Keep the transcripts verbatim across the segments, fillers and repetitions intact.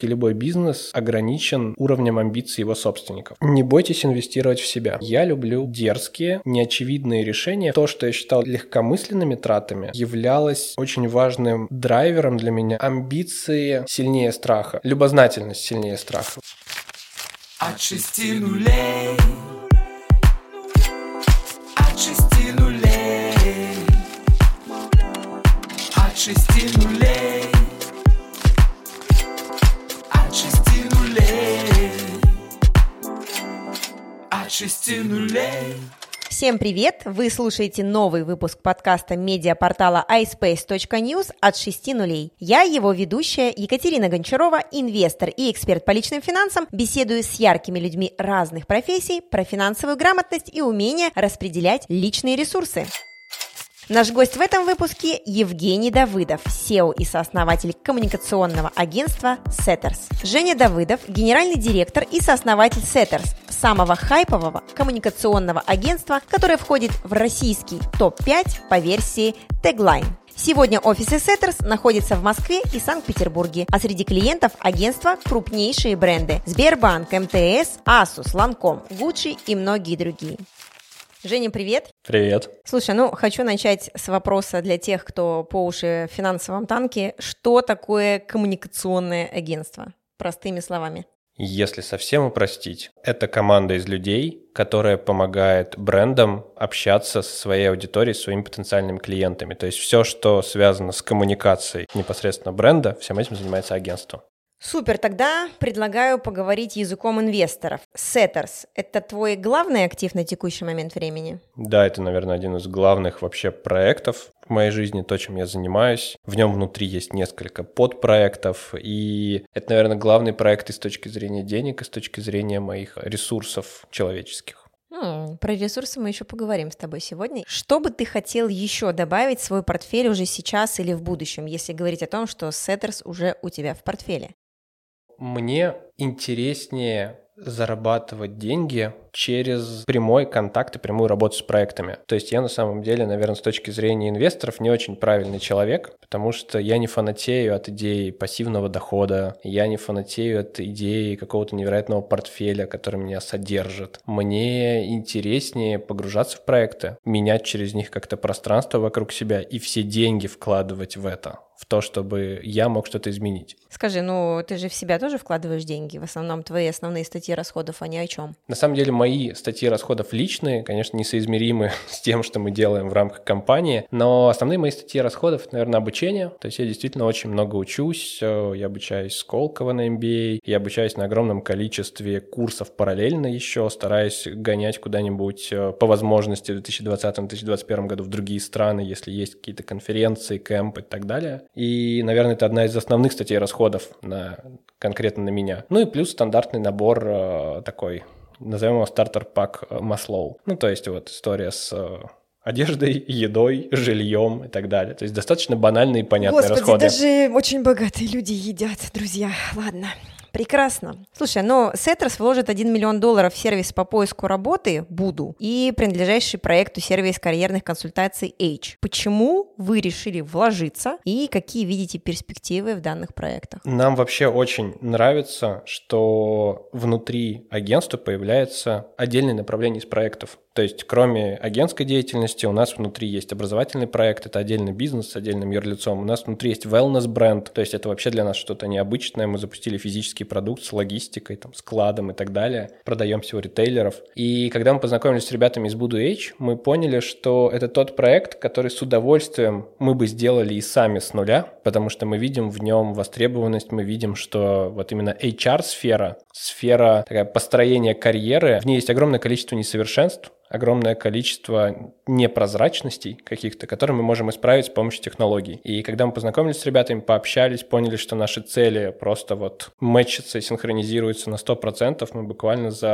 И любой бизнес ограничен уровнем амбиций его собственников. Не бойтесь инвестировать в себя. Я люблю дерзкие, неочевидные решения. То, что я считал легкомысленными тратами, являлось очень важным драйвером для меня. Амбиции сильнее страха, любознательность сильнее страха. От шести нулей, от шести нулей, от шести нулей, от шести нулей, от шести нулей. Всем привет! Вы слушаете новый выпуск подкаста медиапортала ай спейс точка ньюс от шести нулей. Я, его ведущая Екатерина Гончарова, инвестор и эксперт по личным финансам, беседую с яркими людьми разных профессий про финансовую грамотность и умение распределять личные ресурсы. Наш гость в этом выпуске – Евгений Давыдов, сео и сооснователь коммуникационного агентства Setters. Женя Давыдов – генеральный директор и сооснователь Setters, самого хайпового коммуникационного агентства, которое входит в российский топ пять по версии Tagline. Сегодня офисы Setters находятся в Москве и Санкт-Петербурге, а среди клиентов агентства крупнейшие бренды – Сбербанк, эм тэ эс, Asus, Lancome, Gucci и многие другие. Женя, привет. Привет. Слушай, ну, хочу начать с вопроса для тех, кто по уши в финансовом танке. Что такое коммуникационное агентство? Простыми словами. Если совсем упростить, это команда из людей, которая помогает брендам общаться со своей аудиторией, со своими потенциальными клиентами. То есть все, что связано с коммуникацией непосредственно бренда, всем этим занимается агентство. Супер, тогда предлагаю поговорить языком инвесторов. Setters – это твой главный актив на текущий момент времени? Да, это, наверное, один из главных вообще проектов в моей жизни, то, чем я занимаюсь. В нем внутри есть несколько подпроектов, и это, наверное, главный проект и с точки зрения денег, и с точки зрения моих ресурсов человеческих. Ну, про ресурсы мы еще поговорим с тобой сегодня. Что бы ты хотел еще добавить в свой портфель уже сейчас или в будущем, если говорить о том, что Setters уже у тебя в портфеле? Мне интереснее зарабатывать деньги через прямой контакт и прямую работу с проектами. То есть я на самом деле, наверное, с точки зрения инвесторов не очень правильный человек, потому что я не фанатею от идеи пассивного дохода, я не фанатею от идеи какого-то невероятного портфеля, который меня содержит. Мне интереснее погружаться в проекты, менять через них как-то пространство вокруг себя и все деньги вкладывать в это, в то, чтобы я мог что-то изменить. Скажи, ну ты же в себя тоже вкладываешь деньги? В основном твои основные статьи расходов, они о чем? На самом деле мои статьи расходов личные, конечно, несоизмеримы с тем, что мы делаем в рамках компании, но основные мои статьи расходов, это, наверное, обучение. То есть я действительно очень много учусь, я обучаюсь в Сколково на эм би эй, я обучаюсь на огромном количестве курсов параллельно еще, стараюсь гонять куда-нибудь по возможности в две тысячи двадцатом - две тысячи двадцать первом году в другие страны, если есть какие-то конференции, кемпы и так далее. И, наверное, это одна из основных статей расходов на, конкретно на меня. Ну и плюс стандартный набор э, такой, назовем его стартер-пак Маслоу. Ну, то есть вот история с э, одеждой, едой, жильем и так далее. То есть достаточно банальные и понятные Господи, расходы. даже очень богатые люди едят, друзья. Ладно. Прекрасно. Слушай, но Setters вложит один миллион долларов в сервис по поиску работы Буду и принадлежащий проекту сервис карьерных консультаций H. Почему вы решили вложиться и какие видите перспективы в данных проектах? Нам вообще очень нравится, что внутри агентства появляется отдельное направление из проектов. То есть кроме агентской деятельности у нас внутри есть образовательный проект, это отдельный бизнес с отдельным юрлицом. У нас внутри есть wellness-бренд, то есть это вообще для нас что-то необычное. Мы запустили физический продукт с логистикой, там, складом и так далее. Продаем всего ритейлеров. И когда мы познакомились с ребятами из Буду H, мы поняли, что это тот проект, который с удовольствием мы бы сделали и сами с нуля, потому что мы видим в нем востребованность, мы видим, что вот именно эйч ар-сфера, сфера такая, построения карьеры, в ней есть огромное количество несовершенств, огромное количество непрозрачностей каких-то, которые мы можем исправить с помощью технологий. И когда мы познакомились с ребятами, пообщались, поняли, что наши цели просто вот мэчатся и синхронизируются на сто процентов, мы буквально за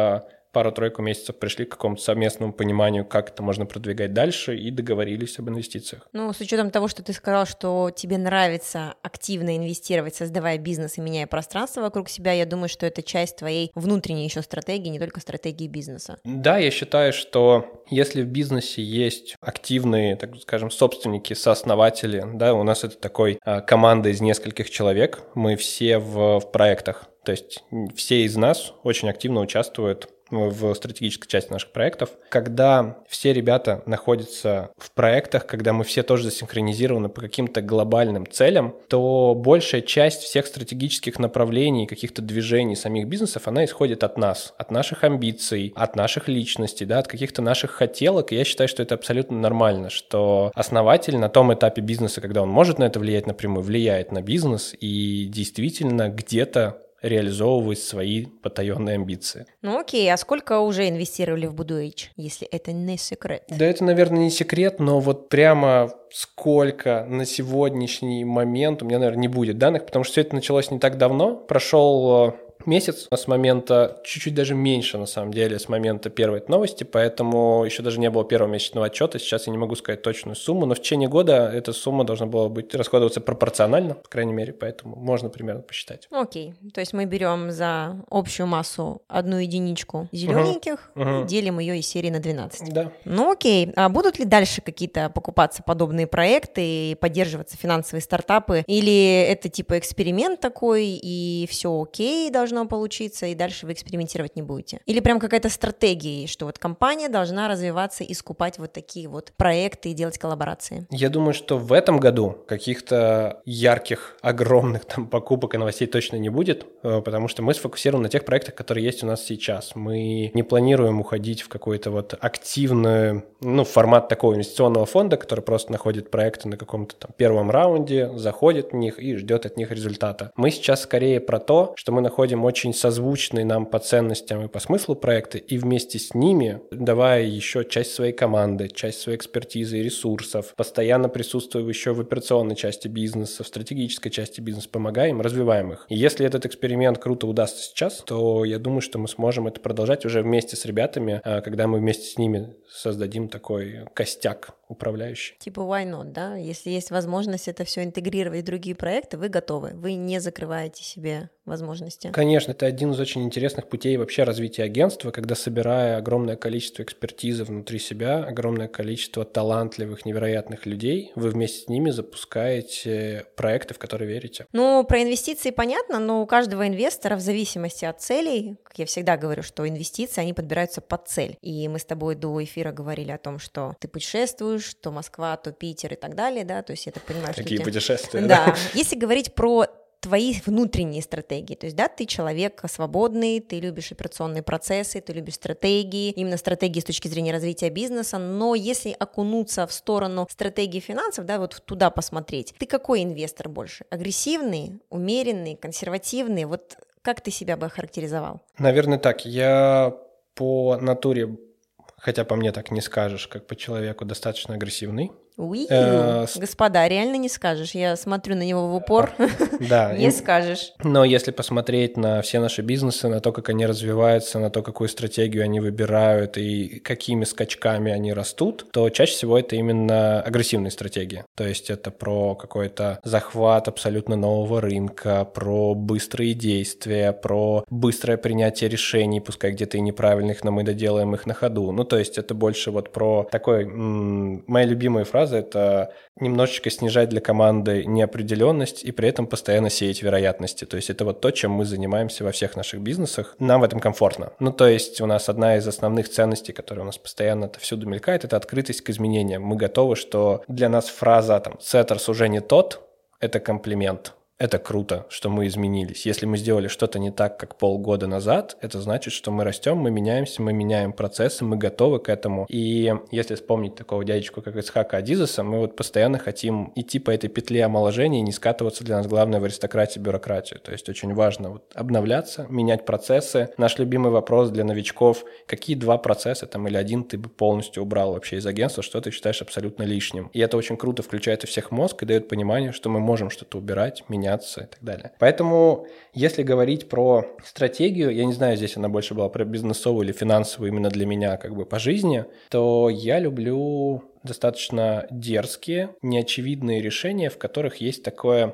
пару-тройку месяцев пришли к какому-то совместному пониманию, как это можно продвигать дальше, и договорились об инвестициях. Ну, с учетом того, что ты сказал, что тебе нравится активно инвестировать, создавая бизнес и меняя пространство вокруг себя, я думаю, что это часть твоей внутренней еще стратегии, не только стратегии бизнеса. Да, я считаю, что если в бизнесе есть активные, так скажем, собственники, сооснователи, да, у нас это такой а, команда из нескольких человек, мы все в, в проектах, то есть все из нас очень активно участвуют в стратегической части наших проектов. Когда все ребята находятся в проектах, когда мы все тоже засинхронизированы по каким-то глобальным целям, то большая часть всех стратегических направлений, каких-то движений самих бизнесов, она исходит от нас, от наших амбиций, от наших личностей, да, от каких-то наших хотелок. И я считаю, что это абсолютно нормально, что основатель на том этапе бизнеса, когда он может на это влиять напрямую, влияет на бизнес и действительно где-то реализовывать свои потаенные амбиции. Ну окей, а сколько уже инвестировали в Будуэйч, если это не секрет? Да это, наверное, не секрет, но вот прямо сколько на сегодняшний момент у меня, наверное, не будет данных, потому что все это началось не так давно. Прошел месяц с момента, чуть-чуть даже меньше, на самом деле, с момента первой новости, поэтому еще даже не было первого месячного отчета, сейчас я не могу сказать точную сумму, но в течение года эта сумма должна была быть расходоваться пропорционально, по крайней мере, поэтому можно примерно посчитать. Окей, то есть мы берем за общую массу одну единичку зелененьких угу, и угу. делим ее из серии на двенадцать. Да. Ну окей, а будут ли дальше какие-то покупаться подобные проекты и поддерживаться финансовые стартапы, или это типа эксперимент такой, и все окей, должно получиться, и дальше вы экспериментировать не будете? Или прям какая-то стратегия, что вот компания должна развиваться и скупать вот такие вот проекты и делать коллаборации? Я думаю, что в этом году каких-то ярких, огромных там покупок и новостей точно не будет, потому что мы сфокусированы на тех проектах, которые есть у нас сейчас. Мы не планируем уходить в какой-то вот активный, ну, формат такого инвестиционного фонда, который просто находит проекты на каком-то там первом раунде, заходит в них и ждет от них результата. Мы сейчас скорее про то, что мы находим очень созвучные нам по ценностям и по смыслу проекты, и вместе с ними, давая еще часть своей команды, часть своей экспертизы и ресурсов, постоянно присутствуя еще в операционной части бизнеса, в стратегической части бизнеса, помогаем, развиваем их. И если этот эксперимент круто удастся сейчас, то я думаю, что мы сможем это продолжать уже вместе с ребятами, когда мы вместе с ними создадим такой костяк управляющий. Типа why not, да? Если есть возможность это все интегрировать в другие проекты, вы готовы, вы не закрываете себе возможности. Конечно, это один из очень интересных путей вообще развития агентства, когда, собирая огромное количество экспертизы внутри себя, огромное количество талантливых, невероятных людей, вы вместе с ними запускаете проекты, в которые верите. Ну, про инвестиции понятно, но у каждого инвестора в зависимости от целей, как я всегда говорю, что инвестиции, они подбираются под цель. И мы с тобой до эфира говорили о том, что ты путешествуешь, то Москва, то Питер и так далее, да, то есть я так понимаю, что... Какие тебе... путешествия, да. Если говорить про твои внутренние стратегии, то есть, да, ты человек свободный, ты любишь операционные процессы, ты любишь стратегии, именно стратегии с точки зрения развития бизнеса, но если окунуться в сторону стратегии финансов, да, вот туда посмотреть, ты какой инвестор больше? Агрессивный, умеренный, консервативный? Вот как ты себя бы охарактеризовал? Наверное, так. Я по натуре, хотя по мне так не скажешь, как по человеку, достаточно агрессивный. Уи, э, господа, реально не скажешь. Я смотрю на него в упор. Да. Не скажешь. Но если посмотреть на все наши бизнесы, на то, как они развиваются, на то, какую стратегию они выбирают и какими скачками они растут, то чаще всего это именно агрессивные стратегии. То есть это про какой-то захват абсолютно нового рынка, про быстрые действия, про быстрое принятие решений, пускай где-то и неправильных, но мы доделаем их на ходу. Ну, то есть это больше вот про такой... М- моя любимая фраза — это немножечко снижать для команды неопределенность и при этом постоянно сеять вероятности. То есть это вот то, чем мы занимаемся во всех наших бизнесах. Нам в этом комфортно. Ну, то есть у нас одна из основных ценностей, которая у нас постоянно всюду мелькает, это открытость к изменениям. Мы готовы, что для нас фраза там «Сеттерс уже не тот» — это комплимент. Это круто, что мы изменились. Если мы сделали что-то не так, как полгода назад, это значит, что мы растем, мы меняемся, мы меняем процессы, мы готовы к этому. И если вспомнить такого дядечку, как Исхака Адизеса, мы вот постоянно хотим идти по этой петле омоложения и не скатываться. Для нас главное в аристократии, бюрократию. То есть очень важно вот обновляться, менять процессы. Наш любимый вопрос для новичков: какие два процесса там или один ты бы полностью убрал вообще из агентства, что ты считаешь абсолютно лишним. И это очень круто включает у всех мозг и дает понимание, что мы можем что-то убирать, менять, меняться и так далее. Поэтому, если говорить про стратегию, я не знаю, здесь она больше была про бизнесовую или финансовую именно для меня как бы по жизни, то я люблю достаточно дерзкие, неочевидные решения, в которых есть такое,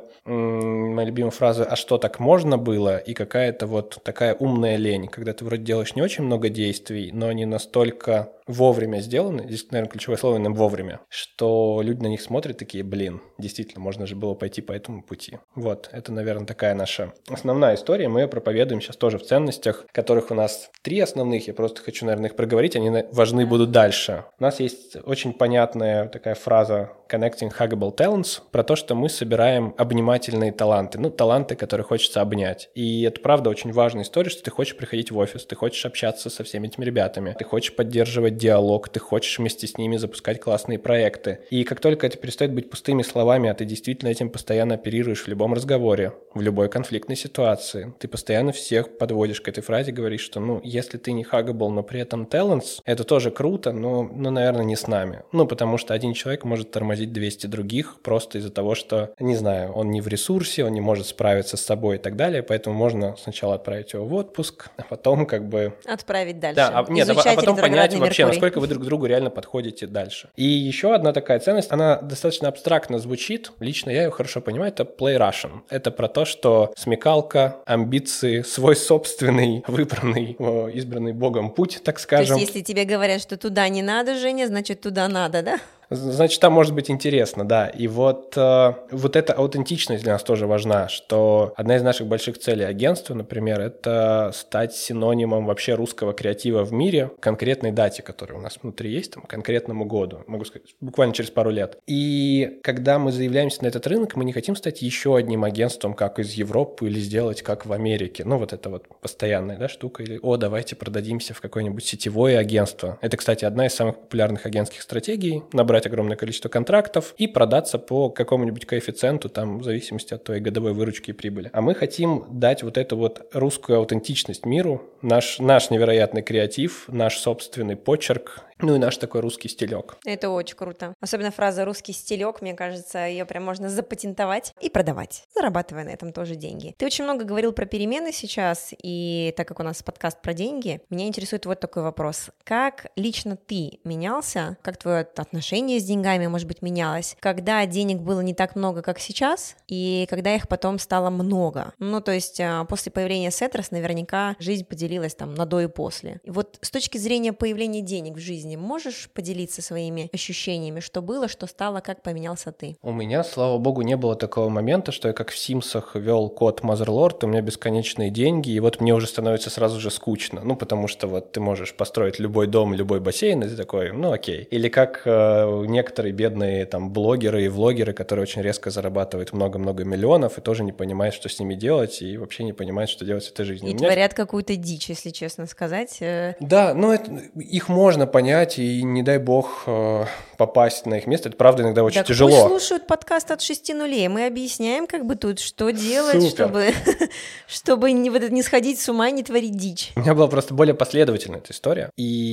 м- моя любимая фраза «а что, так можно было?» и какая-то вот такая умная лень, когда ты вроде делаешь не очень много действий, но они настолько вовремя сделаны, здесь, наверное, ключевое слово именно вовремя, что люди на них смотрят такие, блин, действительно, можно же было пойти по этому пути. Вот, это, наверное, такая наша основная история, мы ее проповедуем сейчас тоже в ценностях, которых у нас три основных, я просто хочу, наверное, их проговорить, они важны будут дальше. У нас есть очень понятная такая фраза Connecting Huggable Talents про то, что мы собираем обнимательные таланты, ну, таланты, которые хочется обнять. И это, правда, очень важная история, что ты хочешь приходить в офис, ты хочешь общаться со всеми этими ребятами, ты хочешь поддерживать диалог, ты хочешь вместе с ними запускать классные проекты. И как только это перестает быть пустыми словами, а ты действительно этим постоянно оперируешь в любом разговоре, в любой конфликтной ситуации, ты постоянно всех подводишь к этой фразе, говоришь, что, ну, если ты не huggable, но при этом talents, это тоже круто, но, ну, наверное, не с нами. Ну, потому что один человек может тормозить двести других просто из-за того, что, не знаю, он не в ресурсе, он не может справиться с собой и так далее, поэтому можно сначала отправить его в отпуск, а потом как бы... Отправить дальше. Да, а, нет, а, а потом понять вообще, насколько вы друг к другу реально подходите дальше. И еще одна такая ценность, она достаточно абстрактно звучит, лично я ее хорошо понимаю, это play Russian. Это про то, что смекалка, амбиции, свой собственный, выбранный, избранный Богом путь, так скажем. То есть, если тебе говорят, что туда не надо, Женя, значит, туда надо, да? Значит, там может быть интересно, да. И вот, э, вот эта аутентичность для нас тоже важна, что одна из наших больших целей агентства, например, это стать синонимом вообще русского креатива в мире к конкретной дате, которая у нас внутри есть, там, к конкретному году, могу сказать, буквально через пару лет. И когда мы заявляемся на этот рынок, мы не хотим стать еще одним агентством, как из Европы, или сделать как в Америке. Ну, вот это вот постоянная, да, штука. Или, о, давайте продадимся в какое-нибудь сетевое агентство. Это, кстати, одна из самых популярных агентских стратегий, набрать огромное количество контрактов и продаться по какому-нибудь коэффициенту, там, в зависимости от твоей годовой выручки и прибыли. А мы хотим дать вот эту вот русскую аутентичность миру, наш, наш невероятный креатив, наш собственный почерк, ну и наш такой русский стилек. Это очень круто. Особенно фраза «русский стилек», мне кажется, ее прям можно запатентовать и продавать, зарабатывая на этом тоже деньги. Ты очень много говорил про перемены сейчас, и так как у нас подкаст про деньги, меня интересует вот такой вопрос. Как лично ты менялся, как твое отношение с деньгами, может быть, менялось, когда денег было не так много, как сейчас, и когда их потом стало много? Ну, то есть после появления Сеттерс наверняка жизнь поделилась там на до и после. И вот с точки зрения появления денег в жизни, можешь поделиться своими ощущениями, что было, что стало, как поменялся ты? У меня, слава богу, не было такого момента, что я как в Симсах вел код Motherlord, у меня бесконечные деньги, и вот мне уже становится сразу же скучно, ну, потому что вот ты можешь построить любой дом, любой бассейн, и ты такой, ну, окей. Или как э, некоторые бедные там блогеры и влогеры, которые очень резко зарабатывают много-много миллионов и тоже не понимают, что с ними делать, и вообще не понимают, что делать с этой жизнью. И меня... творят какую-то дичь, если честно сказать. Да, ну, это, их можно понять, и не дай бог э, попасть на их место. Это, правда, иногда очень так тяжело. Пусть слушают подкаст от шести нулей. Мы объясняем, как бы тут, что делать, Супер. чтобы, чтобы не, вот, не сходить с ума и не творить дичь. У меня была просто более последовательная эта история.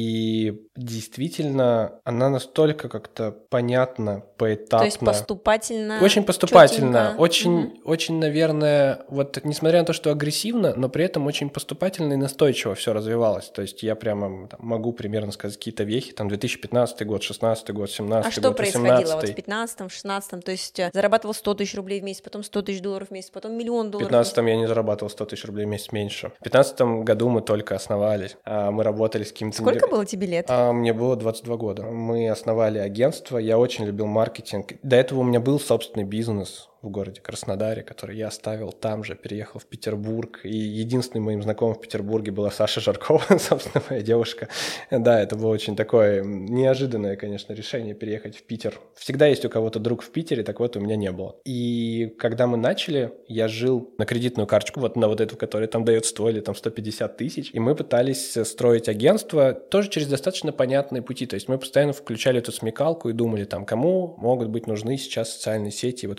И действительно, она настолько как-то понятна, поэтапно. То есть поступательно. Очень поступательно. Чётенько. Очень, Угу. очень, наверное, вот несмотря на то, что агрессивно, но при этом очень поступательно и настойчиво все развивалось. То есть я прямо там, могу примерно сказать какие-то вехи, там две тысячи пятнадцатый год, шестнадцатый год, семнадцатый а год, что восемнадцатый. происходило вот в пятнадцатом, шестнадцатом? То есть зарабатывал сто тысяч рублей в месяц, потом сто тысяч долларов в месяц, потом миллион В долларов в пятнадцатом я не зарабатывал сто тысяч рублей в месяц меньше. В пятнадцатом году мы только основались. А мы работали с каким-то... Сколько было тебе лет? А, мне было двадцать два года. Мы основали агентство, я очень любил маркетинг. До этого у меня был собственный бизнес в городе Краснодаре, который я оставил там же, переехал в Петербург. И единственным моим знакомым в Петербурге была Саша Жаркова, собственно, моя девушка. Да, это было очень такое неожиданное, конечно, решение переехать в Питер. Всегда есть у кого-то друг в Питере, так вот у меня не было. И когда мы начали, я жил на кредитную карточку, вот на вот эту, которая там дает сто или там сто пятьдесят тысяч, и мы пытались строить агентство тоже через достаточно понятные пути. То есть мы постоянно включали эту смекалку и думали, там, кому могут быть нужны сейчас социальные сети, вот маркетинг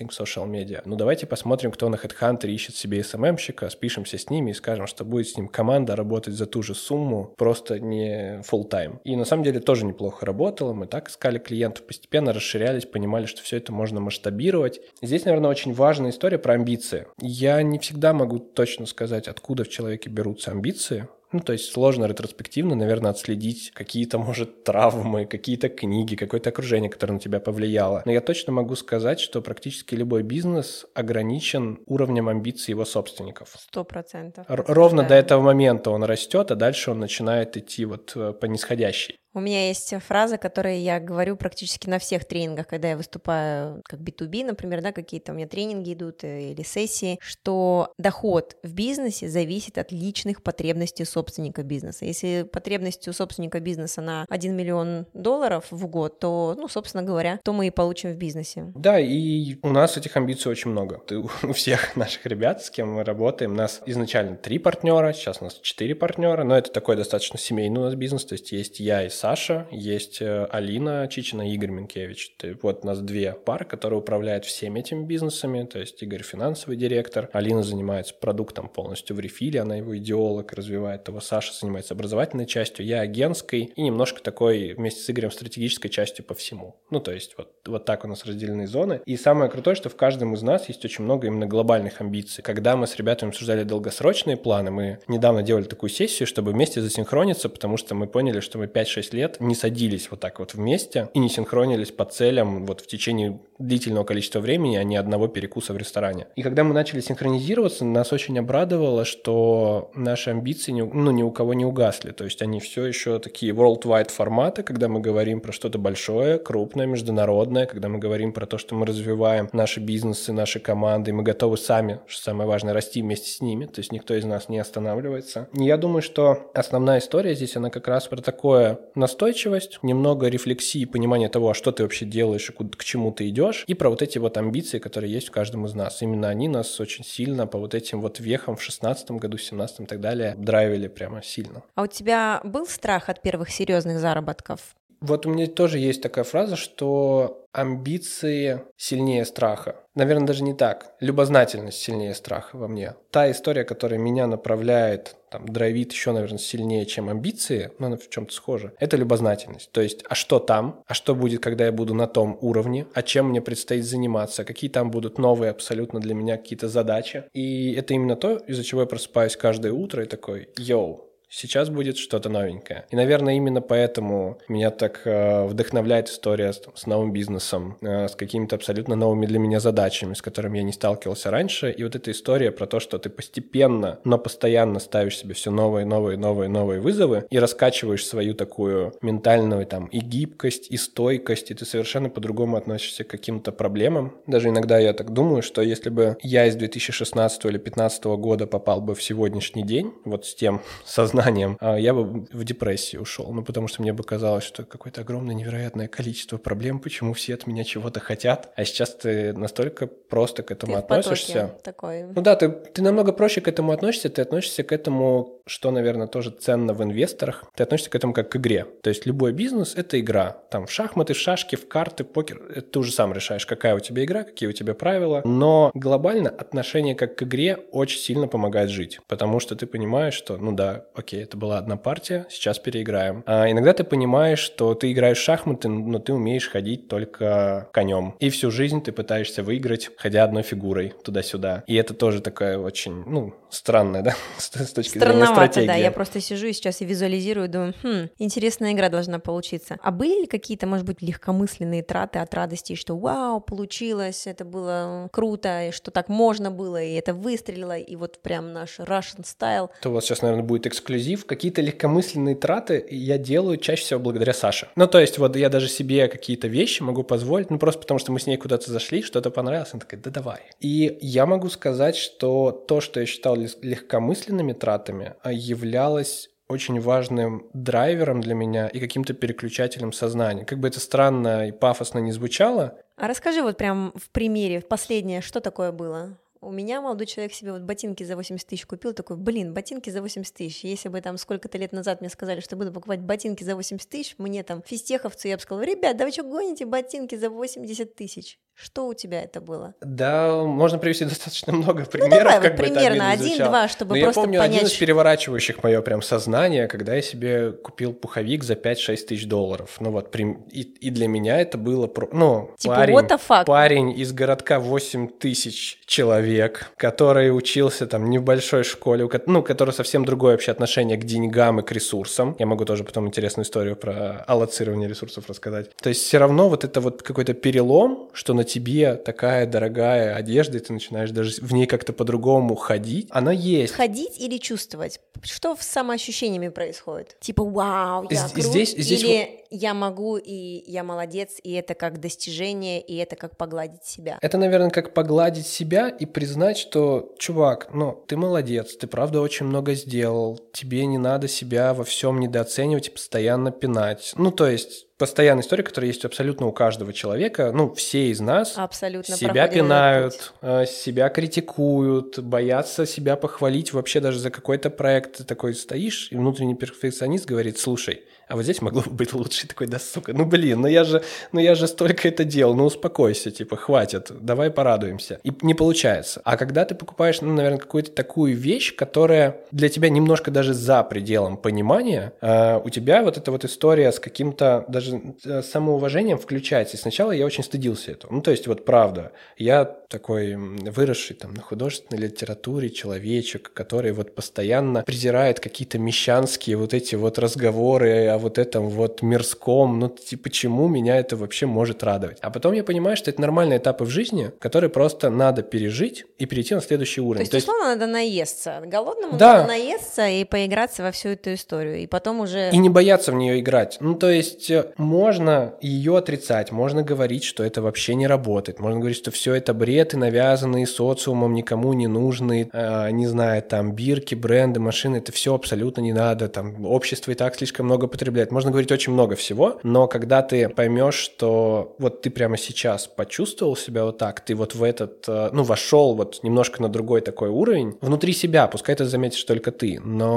маркетинг, social-медиа. Ну, давайте посмотрим, кто на HeadHunter ищет себе эс эм эм-щика, спишемся с ними и скажем, что будет с ним команда работать за ту же сумму, просто не full-time. И на самом деле тоже неплохо работало, мы так искали клиентов, постепенно расширялись, понимали, что все это можно масштабировать. Здесь, наверное, очень важная история про амбиции. Я не всегда могу точно сказать, откуда в человеке берутся амбиции. Ну, то есть сложно ретроспективно, наверное, отследить какие-то, может, травмы, какие-то книги, какое-то окружение, которое на тебя повлияло. Но я точно могу сказать, что практически любой бизнес ограничен уровнем амбиций его собственников. Сто процентов. Ровно до этого момента он растет, а дальше он начинает идти вот по нисходящей. У меня есть фраза, которую я говорю практически на всех тренингах, когда я выступаю как би ту би, например, да, какие-то у меня тренинги идут или сессии, что доход в бизнесе зависит от личных потребностей собственника бизнеса. Если потребность у собственника бизнеса на один миллион долларов в год, то, ну, собственно говоря, то мы и получим в бизнесе. Да, и у нас этих амбиций очень много. У всех наших ребят, с кем мы работаем, у нас изначально три партнера, сейчас у нас четыре партнера, но это такой достаточно семейный у нас бизнес, то есть есть я и Саша, есть Алина Чичина и Игорь Минкевич. Вот у нас две пары, которые управляют всеми этими бизнесами, то есть Игорь финансовый директор, Алина занимается продуктом полностью в рефиле, она его идеолог, развивает его, Саша занимается образовательной частью, я агентской и немножко такой вместе с Игорем стратегической частью по всему. Ну, то есть вот, вот так у нас разделены зоны. И самое крутое, что в каждом из нас есть очень много именно глобальных амбиций. Когда мы с ребятами обсуждали долгосрочные планы, мы недавно делали такую сессию, чтобы вместе засинхрониться, потому что мы поняли, что мы пять-шесть лет не садились вот так вот вместе и не синхронились по целям вот в течение длительного количества времени, а не одного перекуса в ресторане. И когда мы начали синхронизироваться, нас очень обрадовало, что наши амбиции ни, ну, ни у кого не угасли. То есть они все еще такие worldwide форматы, когда мы говорим про что-то большое, крупное, международное, когда мы говорим про то, что мы развиваем наши бизнесы, наши команды, и мы готовы сами, что самое важное, расти вместе с ними. То есть никто из нас не останавливается. И я думаю, что основная история здесь, она как раз про такое настойчивость, немного рефлексии, понимания того, а что ты вообще делаешь и к чему ты идешь, и про вот эти вот амбиции, которые есть в каждом из нас. Именно они нас очень сильно по вот этим вот вехам в шестнадцатом году, семнадцатом и так далее драйвили прямо сильно. А у тебя был страх от первых серьезных заработков? Вот у меня тоже есть такая фраза, что амбиции сильнее страха. Наверное, даже не так. Любознательность сильнее страха во мне. Та история, которая меня направляет, там, драйвит еще, наверное, сильнее, чем амбиции, но она в чем-то схожа, это любознательность. То есть, а что там? А что будет, когда я буду на том уровне? А чем мне предстоит заниматься? Какие там будут новые абсолютно для меня какие-то задачи? И это именно то, из-за чего я просыпаюсь каждое утро и такой, йоу, сейчас будет что-то новенькое. И, наверное, именно поэтому меня так э, вдохновляет история с, с новым бизнесом, э, с какими-то абсолютно новыми для меня задачами, с которыми я не сталкивался раньше. И вот эта история про то, что ты постепенно, но постоянно ставишь себе все новые, новые, новые, новые вызовы и раскачиваешь свою такую ментальную там и гибкость, и стойкость, и ты совершенно по-другому относишься к каким-то проблемам. Даже иногда я так думаю, что если бы я из две тысячи шестнадцатого или две тысячи пятнадцатого года попал бы в сегодняшний день, вот с тем сознанием, я бы в депрессии ушел. Ну, потому что мне бы казалось, что какое-то огромное невероятное количество проблем, почему все от меня чего-то хотят. А сейчас ты настолько просто к этому ты относишься. Такой. Ну да, ты, ты намного проще к этому относишься, ты относишься к этому, что, наверное, тоже ценно в инвесторах, ты относишься к этому как к игре. То есть любой бизнес — это игра. Там в шахматы, в шашки, в карты, покер, это ты уже сам решаешь, какая у тебя игра, какие у тебя правила. Но глобально отношение как к игре очень сильно помогает жить, потому что ты понимаешь, что, ну да, окей, это была одна партия, сейчас переиграем. А иногда ты понимаешь, что ты играешь в шахматы, но ты умеешь ходить только конем. И всю жизнь ты пытаешься выиграть, ходя одной фигурой туда-сюда. И это тоже такая очень, ну, странная, да, с точки зрения стратегии. Да, я просто сижу и сейчас и визуализирую, думаю, хм, интересная игра должна получиться. А были ли какие-то, может быть, легкомысленные траты от радости, что вау, получилось, это было круто, и что так можно было, и это выстрелило, и вот прям наш Russian style. То у вас сейчас, наверное, будет эксклюзив. Какие-то легкомысленные траты я делаю чаще всего благодаря Саше. Ну, то есть вот я даже себе какие-то вещи могу позволить, ну, просто потому что мы с ней куда-то зашли, что-то понравилось, она такая, да давай. И я могу сказать, что то, что я считал легкомысленными тратами, являлось очень важным драйвером для меня и каким-то переключателем сознания. Как бы это странно и пафосно не звучало. А расскажи вот прям в примере, последнее, что такое было? У меня молодой человек себе вот ботинки за восемьдесят тысяч купил, такой, блин, ботинки за восемьдесят тысяч. Если бы там сколько-то лет назад мне сказали, что буду покупать ботинки за восемьдесят тысяч, мне там физтеховцы, я бы сказала, ребят, да вы что гоните ботинки за восемьдесят тысяч? Что у тебя это было? Да, можно привести достаточно много примеров. Ну, давай, как вот бы примерно один-два, чтобы Но просто я помню понять. один из переворачивающих мое прям сознание, когда я себе купил пуховик за пять-шесть тысяч долларов. Ну вот, и, и для меня это было... Про... Ну, типа, парень, what the fuck? парень из городка восемь тысяч человек, который учился там не в большой школе, ну, который совсем другое вообще отношение к деньгам и к ресурсам. Я могу тоже потом интересную историю про аллоцирование ресурсов рассказать. То есть все равно вот это вот какой-то перелом, что на тебе такая дорогая одежда, и ты начинаешь даже в ней как-то по-другому ходить, она есть. Ходить или чувствовать? Что с самоощущениями происходит? Типа, вау, я З- крут, здесь, здесь или я могу, и я молодец, и это как достижение, и это как погладить себя? Это, наверное, как погладить себя и признать, что, чувак, ну, ты молодец, ты правда очень много сделал, тебе не надо себя во всем недооценивать и постоянно пинать. Ну, то есть... Постоянная история, которая есть абсолютно у каждого человека. Ну, все из нас абсолютно себя пинают, себя критикуют, боятся себя похвалить. Вообще даже за какой-то проект ты такой стоишь, и внутренний перфекционист говорит: слушай, а вот здесь могло бы быть лучше. Такой: да сука, ну блин, ну я же, ну я же столько это делал, ну успокойся, типа, хватит, давай порадуемся. И не получается. А когда ты покупаешь, ну, наверное, какую-то такую вещь, которая для тебя немножко даже за пределом понимания, э, у тебя вот эта вот история с каким-то даже самоуважением включается. И сначала я очень стыдился этого. Ну, то есть, вот правда, я такой выросший там на художественной литературе человечек, который вот постоянно презирает какие-то мещанские вот эти вот разговоры о вот этом вот мирском. Ну, типа, почему меня это вообще может радовать? А потом я понимаю, что это нормальные этапы в жизни, которые просто надо пережить и перейти на следующий уровень. То есть, условно, то есть... надо наесться. Голодному да. надо наесться и поиграться во всю эту историю. И потом уже... И не бояться в нее играть. Ну, то есть... Можно ее отрицать, можно говорить, что это вообще не работает, можно говорить, что все это бред и навязанные социумом, никому не нужные, э, не знаю, там, бирки, бренды, машины, это все абсолютно не надо, там, общество и так слишком много потребляет. Можно говорить очень много всего, но когда ты поймешь, что вот ты прямо сейчас почувствовал себя вот так, ты вот в этот, э, ну, вошел вот немножко на другой такой уровень, внутри себя, пускай это заметишь только ты,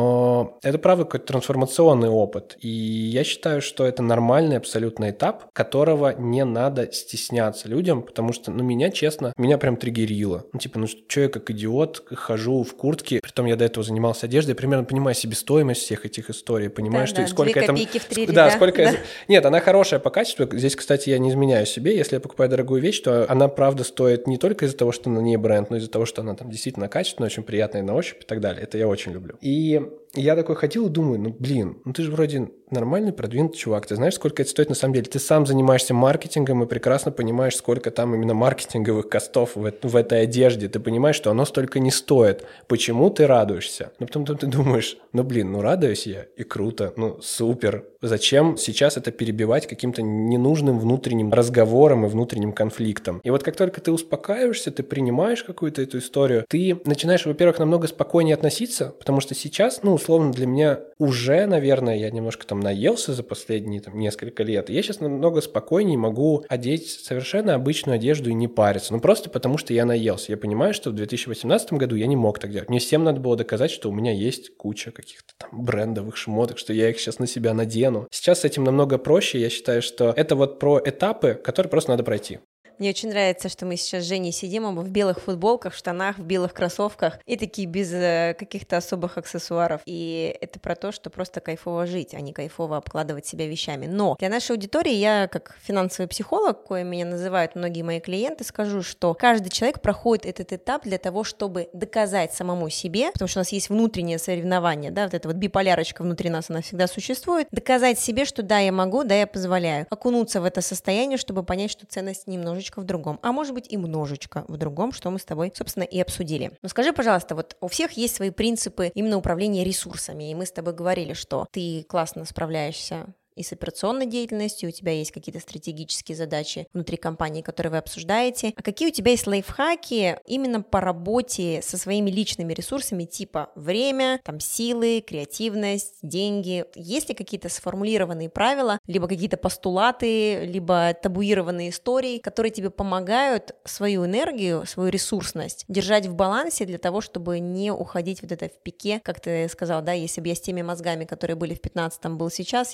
но это, правда, какой-то трансформационный опыт, и я считаю, что это нормальный абсолютно этап, которого не надо стесняться людям, потому что, ну, меня, честно, меня прям триггерило. Ну, типа, ну, что я как идиот хожу в куртке, притом я до этого занимался одеждой, примерно понимаю себестоимость всех этих историй, понимаю, да, что да, и сколько две это... копейки в три да, ряда. сколько... Да. Я... Нет, она хорошая по качеству. Здесь, кстати, я не изменяю себе. Если я покупаю дорогую вещь, то она, правда, стоит не только из-за того, что на ней бренд, но из-за того, что она там действительно качественная, очень приятная на ощупь и так далее. Это я очень люблю. И я такой ходил и думаю, ну, блин, ну ты же вроде нормальный, продвинутый чувак, ты знаешь, сколько это стоит на самом деле? Ты сам занимаешься маркетингом и прекрасно понимаешь, сколько там именно маркетинговых костов в, в этой одежде. Ты понимаешь, что оно столько не стоит. Почему ты радуешься? Ну, потом ты думаешь, ну, блин, ну, радуюсь я, и круто, ну, супер. Зачем сейчас это перебивать каким-то ненужным внутренним разговором и внутренним конфликтом? И вот как только ты успокаиваешься, ты принимаешь какую-то эту историю, ты начинаешь, во-первых, намного спокойнее относиться, потому что сейчас, ну, условно, для меня уже, наверное, я немножко там наелся за последние там, несколько лет, и я сейчас намного спокойнее могу одеть совершенно обычную одежду и не париться. Ну, просто потому что я наелся. Я понимаю, что в две тысячи восемнадцатом году я не мог так делать. Мне всем надо было доказать, что у меня есть куча каких-то там брендовых шмоток, что я их сейчас на себя надену. Сейчас с этим намного проще. Я считаю, что это вот про этапы, которые просто надо пройти. Мне очень нравится, что мы сейчас с Женей сидим оба в белых футболках, в штанах, в белых кроссовках и такие без э, каких-то особых аксессуаров. И это про то, что просто кайфово жить, а не кайфово обкладывать себя вещами. Но для нашей аудитории я, как финансовый психолог, коим меня называют многие мои клиенты, скажу, что каждый человек проходит этот этап для того, чтобы доказать самому себе, потому что у нас есть внутреннее соревнование, да, вот эта вот биполярочка внутри нас, она всегда существует, доказать себе, что да, я могу, да, я позволяю, окунуться в это состояние, чтобы понять, что ценность немножечко в другом, а может быть и множечко в другом, что мы с тобой, собственно, и обсудили. Но скажи, пожалуйста, вот у всех есть свои принципы именно управления ресурсами, и мы с тобой говорили, что ты классно справляешься и с операционной деятельностью, у тебя есть какие-то стратегические задачи внутри компании, которые вы обсуждаете. А какие у тебя есть лайфхаки именно по работе со своими личными ресурсами, типа время, там, силы, креативность, деньги? Есть ли какие-то сформулированные правила, либо какие-то постулаты, либо табуированные истории, которые тебе помогают свою энергию, свою ресурсность держать в балансе для того, чтобы не уходить вот это в пике, как ты сказал, да, если бы я с теми мозгами, которые были в пятнадцатом, был сейчас, я бы ушел в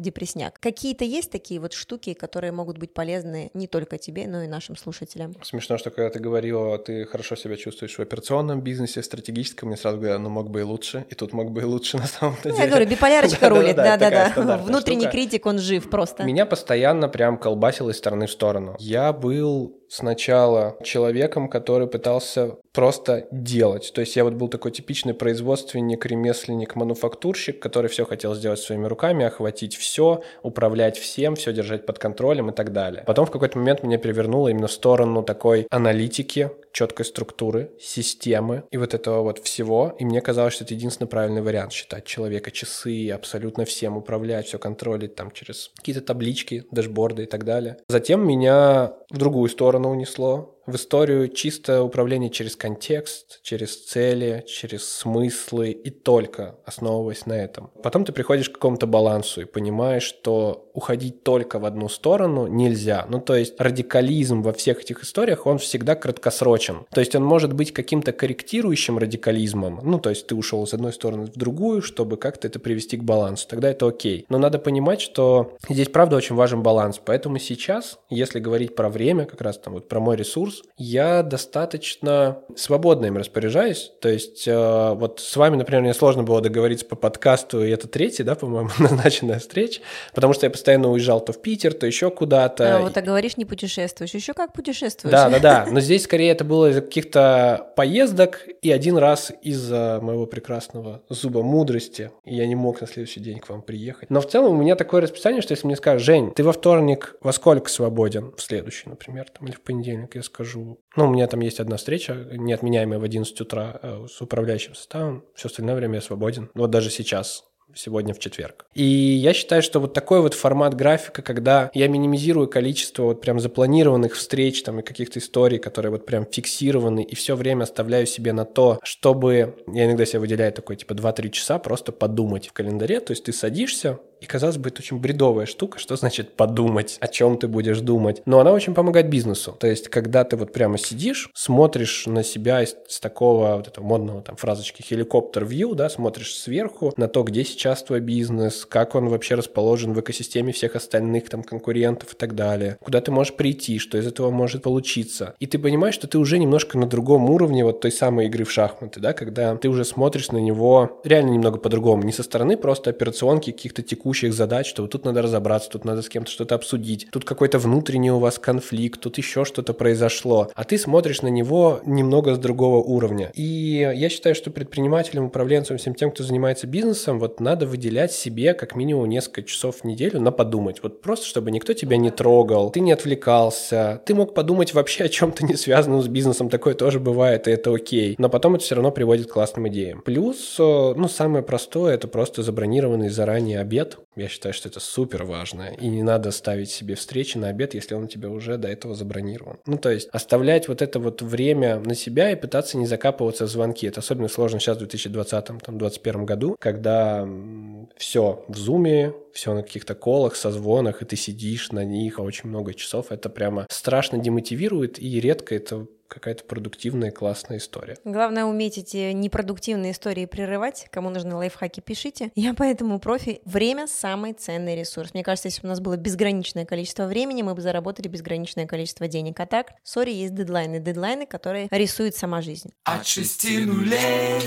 депресняк. Какие-то есть такие вот штуки, которые могут быть полезны не только тебе, но и нашим слушателям? Смешно, что когда ты говорила, ты хорошо себя чувствуешь в операционном бизнесе, стратегическом, мне сразу говорят, ну мог бы и лучше, и тут мог бы и лучше на самом-то деле. Я говорю, биполярочка рулит, да-да-да. Внутренний критик, он жив просто. Меня постоянно прям колбасило из стороны в сторону. Я был сначала человеком, который пытался просто делать. То есть я вот был такой типичный производственник, ремесленник, мануфактурщик, который все хотел сделать своими руками, охватить все, управлять всем, все держать под контролем и так далее. Потом в какой-то момент меня перевернуло именно в сторону такой аналитики, четкой структуры, системы и вот этого вот всего. И мне казалось, что это единственный правильный вариант — считать человека, часы, абсолютно всем управлять, все контролить там через какие-то таблички, дэшборды и так далее. Затем меня в другую сторону унесло, в историю чисто управления через контекст, через цели, через смыслы и только основываясь на этом. Потом ты приходишь к какому-то балансу и понимаешь, что уходить только в одну сторону нельзя. Ну, то есть радикализм во всех этих историях, он всегда краткосрочен. То есть он может быть каким-то корректирующим радикализмом. Ну, то есть ты ушел с одной стороны в другую, чтобы как-то это привести к балансу. Тогда это окей. Но надо понимать, что здесь правда очень важен баланс. Поэтому сейчас, если говорить про время, как раз там вот про мой ресурс, я достаточно свободно им распоряжаюсь. То есть э, вот с вами, например, мне сложно было договориться по подкасту, и это третий, да, по-моему, назначенная встреча, потому что я постоянно уезжал то в Питер, то еще куда-то. А вот так говоришь, не путешествуешь. Еще как путешествуешь. Да, да, да. Но здесь скорее это было из-за каких-то поездок и один раз из-за моего прекрасного зуба мудрости. И я не мог на следующий день к вам приехать. Но в целом у меня такое расписание, что если мне скажут: Жень, ты во вторник во сколько свободен? В следующий, например, там, или в понедельник, я скажу. Ну, у меня там есть одна встреча, неотменяемая в одиннадцать утра с управляющим составом. Все остальное время я свободен. Вот даже сейчас. Сегодня в четверг. И я считаю, что вот такой вот формат графика, когда я минимизирую количество вот прям запланированных встреч там и каких-то историй, которые вот прям фиксированы, и все время оставляю себе на то, чтобы... Я иногда себе выделяю такой типа два-три часа просто подумать в календаре. То есть ты садишься, и, казалось бы, это очень бредовая штука. Что значит подумать? О чем ты будешь думать? Но она очень помогает бизнесу. То есть, когда ты вот прямо сидишь, смотришь на себя из, с такого вот этого модного там фразочки helicopter-view, да, смотришь сверху на то, где сейчас твой бизнес, как он вообще расположен в экосистеме всех остальных там конкурентов и так далее, куда ты можешь прийти, что из этого может получиться. И ты понимаешь, что ты уже немножко на другом уровне вот той самой игры в шахматы, да, когда ты уже смотришь на него реально немного по-другому. Не со стороны просто операционки каких-то текущих задач, что вот тут надо разобраться, тут надо с кем-то что-то обсудить, тут какой-то внутренний у вас конфликт, тут еще что-то произошло, а ты смотришь на него немного с другого уровня. И я считаю, что предпринимателям, управленцам, всем тем, кто занимается бизнесом, вот надо выделять себе как минимум несколько часов в неделю на подумать. Вот просто, чтобы никто тебя не трогал, ты не отвлекался, ты мог подумать вообще о чем-то не связанном с бизнесом, такое тоже бывает, и это окей. Но потом это все равно приводит к классным идеям. Плюс, ну, самое простое, это просто забронированный заранее обед. Я считаю, что это супер важно. И не надо ставить себе встречи на обед, если он у тебя уже до этого забронирован. Ну, то есть оставлять вот это вот время на себя и пытаться не закапываться в звонки. Это особенно сложно сейчас в две тысячи двадцатом, две тысячи двадцать первом году, когда все в зуме, все на каких-то колах, созвонах, и ты сидишь на них очень много часов. Это прямо страшно демотивирует, и редко это какая-то продуктивная, классная история. Главное уметь эти непродуктивные истории прерывать. Кому нужны лайфхаки, пишите. Я поэтому профи. Время — самый ценный ресурс. Мне кажется, если бы у нас было безграничное количество времени, мы бы заработали безграничное количество денег. А так, сори, есть дедлайны. Дедлайны, которые рисует сама жизнь. От шести нулей.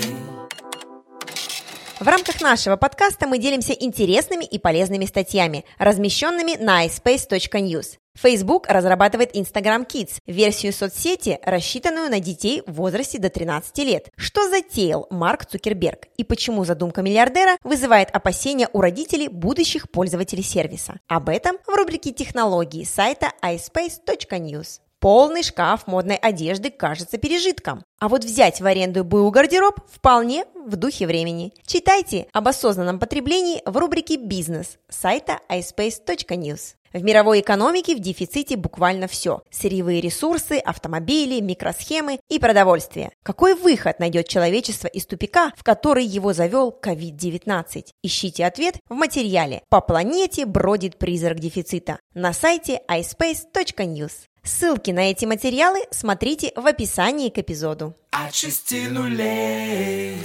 В рамках нашего подкаста мы делимся интересными и полезными статьями, размещенными на iSpace точка news. Facebook разрабатывает Instagram Kids, версию соцсети, рассчитанную на детей в возрасте до тринадцати лет. Что затеял Марк Цукерберг и почему задумка миллиардера вызывает опасения у родителей будущих пользователей сервиса? Об этом в рубрике «Технологии» сайта iSpace точка news. Полный шкаф модной одежды кажется пережитком. А вот взять в аренду БУ-гардероб вполне в духе времени. Читайте об осознанном потреблении в рубрике «Бизнес» сайта iSpace точка news. В мировой экономике в дефиците буквально все. Сырьевые ресурсы, автомобили, микросхемы и продовольствие. Какой выход найдет человечество из тупика, в который его завел ковид девятнадцать? Ищите ответ в материале «По планете бродит призрак дефицита» на сайте iSpace точка news. Ссылки на эти материалы смотрите в описании к эпизоду. От шести нулей.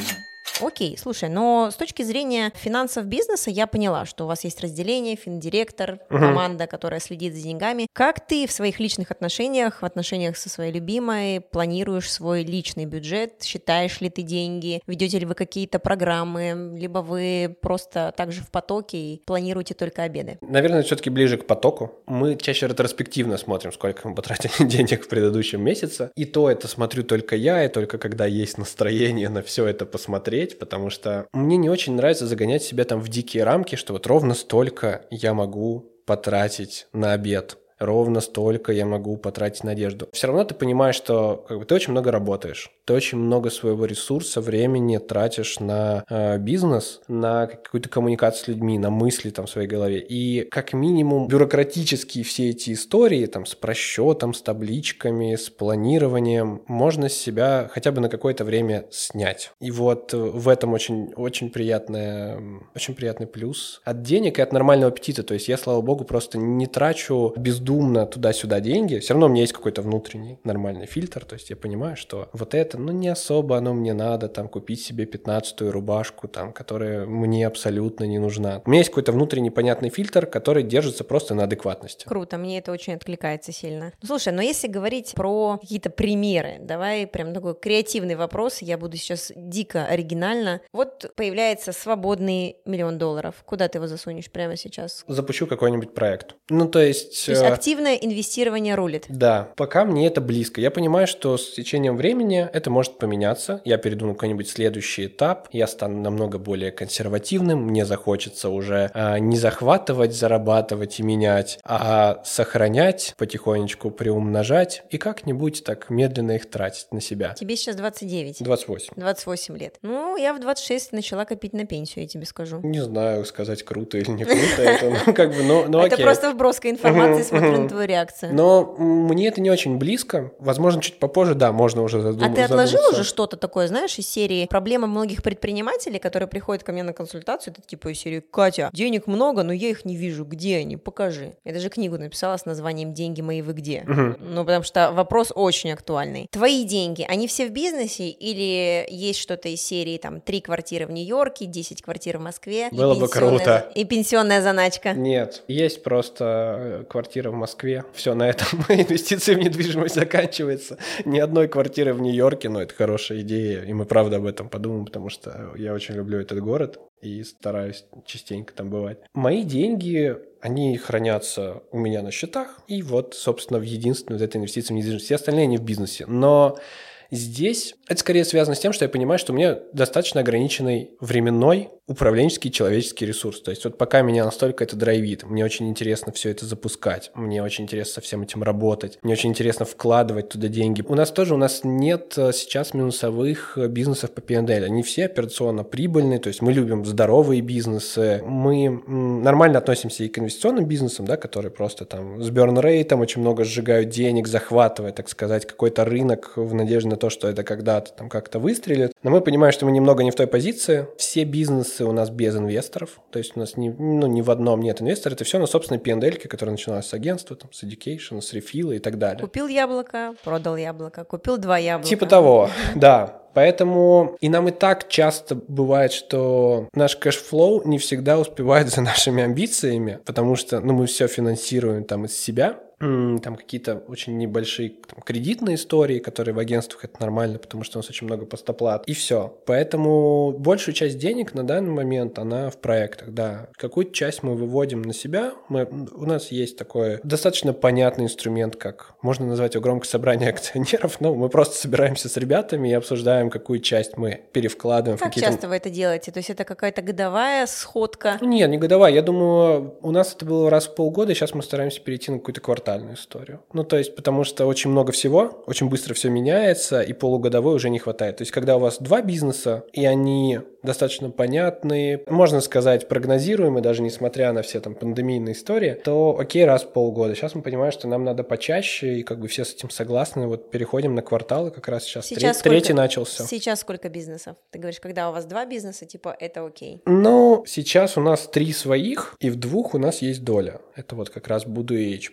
Окей, слушай, но с точки зрения финансов бизнеса я поняла, что у вас есть разделение, финдиректор, угу. команда, которая следит за деньгами. Как ты в своих личных отношениях, в отношениях со своей любимой, планируешь свой личный бюджет? Считаешь ли ты деньги? Ведете ли вы какие-то программы? Либо вы просто также в потоке и планируете только обеды? Наверное, все-таки ближе к потоку. Мы чаще ретроспективно смотрим, сколько мы потратили денег в предыдущем месяце. И то это смотрю только я, и только когда есть настроение на все это посмотреть, потому что мне не очень нравится загонять себя там в дикие рамки, что вот ровно столько я могу потратить на обед. Ровно столько я могу потратить на одежду. Все равно ты понимаешь, что как бы, ты очень много работаешь, ты очень много своего ресурса, времени тратишь на э, бизнес, на какую-то коммуникацию с людьми, на мысли там в своей голове. И как минимум бюрократические все эти истории там с просчетом, с табличками, с планированием можно с себя хотя бы на какое-то время снять. И вот в этом очень, очень, приятное, очень приятный плюс от денег и от нормального аппетита. То есть я, слава богу, просто не трачу бездумно думно туда-сюда деньги, все равно у меня есть какой-то внутренний нормальный фильтр, то есть я понимаю, что вот это, ну, не особо оно мне надо, там, купить себе пятнадцатую рубашку, там, которая мне абсолютно не нужна. У меня есть какой-то внутренний понятный фильтр, который держится просто на адекватности. Круто, мне это очень откликается сильно. Ну, слушай, но если говорить про какие-то примеры, давай прям такой креативный вопрос, я буду сейчас дико оригинально. Вот появляется свободный миллион долларов, куда ты его засунешь прямо сейчас? Запущу какой-нибудь проект. Ну, то есть... То есть активное инвестирование рулит. Да, пока мне это близко. Я понимаю, что с течением времени это может поменяться. Я перейду на какой-нибудь следующий этап, я стану намного более консервативным, мне захочется уже а, не захватывать, зарабатывать и менять, а сохранять, потихонечку приумножать и как-нибудь так медленно их тратить на себя. Тебе сейчас двадцать девять. двадцать восемь. двадцать восемь лет. Ну, я в двадцать шесть начала копить на пенсию, я тебе скажу. Не знаю, сказать круто или не круто это, ну как бы, ну окей. Это просто вброска информации, смотрю на твою реакцию. Но мне это не очень близко. Возможно, чуть попозже, да, можно уже задуматься. А ты отложил уже что-то такое, знаешь, из серии проблема многих предпринимателей, которые приходят ко мне на консультацию, это типа из серии: Катя, денег много, но я их не вижу. Где они? Покажи. Я даже книгу написала с названием «Деньги мои, вы где?». Угу. Ну, потому что вопрос очень актуальный. Твои деньги, они все в бизнесе или есть что-то из серии там три квартиры в Нью-Йорке, десять квартир в Москве? Было бы круто. И пенсионная заначка? Нет, есть просто квартира в Москве. Все, на этом инвестиции в недвижимость заканчиваются. Ни одной квартиры в Нью-Йорке, но это хорошая идея, и мы правда об этом подумаем, потому что я очень люблю этот город и стараюсь частенько там бывать. Мои деньги, они хранятся у меня на счетах, и вот, собственно, в единственной вот этой инвестиции в недвижимость. Все остальные, они в бизнесе. Но здесь это скорее связано с тем, что я понимаю, что у меня достаточно ограниченный временной управленческий человеческий ресурс. То есть вот пока меня настолько это драйвит, мне очень интересно все это запускать, мне очень интересно со всем этим работать, мне очень интересно вкладывать туда деньги. У нас тоже, у нас нет сейчас минусовых бизнесов по пи энд эл. Они все операционно прибыльные, то есть мы любим здоровые бизнесы, мы нормально относимся и к инвестиционным бизнесам, да, которые просто там с берн-рейтом очень много сжигают денег, захватывая, так сказать, какой-то рынок в надежде на то, что это когда-то там как-то выстрелит. Но мы понимаем, что мы немного не в той позиции. Все бизнесы у нас без инвесторов, то есть у нас ни, ну, ни в одном нет инвестора, это все на собственной пи энд эл-ке, которая начиналась с агентства, там, с education, с рефила и так далее. Купил яблоко, продал яблоко, купил два яблока. Типа того, да. Поэтому и нам и так часто бывает, что наш кэшфлоу не всегда успевает за нашими амбициями, потому что ну, мы все финансируем там из себя. Там какие-то очень небольшие там, кредитные истории, которые в агентствах это нормально, потому что у нас очень много постоплат, и все. Поэтому большую часть денег на данный момент, она в проектах, да. Какую-то часть мы выводим на себя. Мы, у нас есть такой достаточно понятный инструмент, как можно назвать его громкое собрание акционеров, но мы просто собираемся с ребятами и обсуждаем, какую часть мы перевкладываем. Как в какие-то... часто вы это делаете? То есть это какая-то годовая сходка? Нет, не годовая. Я думаю, у нас это было раз в полгода, и сейчас мы стараемся перейти на какую-то квартальную историю. Ну, то есть, потому что очень много всего, очень быстро все меняется, и полугодовой уже не хватает. То есть, когда у вас два бизнеса, и они достаточно понятные, можно сказать, прогнозируемые, даже несмотря на все там пандемийные истории, то окей, раз в полгода. Сейчас мы понимаем, что нам надо почаще, и как бы все с этим согласны. Вот переходим на кварталы, как раз сейчас, сейчас треть, сколько, третий начался. Сейчас сколько бизнесов? Ты говоришь, когда у вас два бизнеса, типа, это окей? Ну, сейчас у нас три своих, и в двух у нас есть доля. Это вот как раз Буду Эйч. Поэтому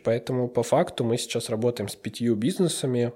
Поэтому по факту мы сейчас работаем с пятью бизнесами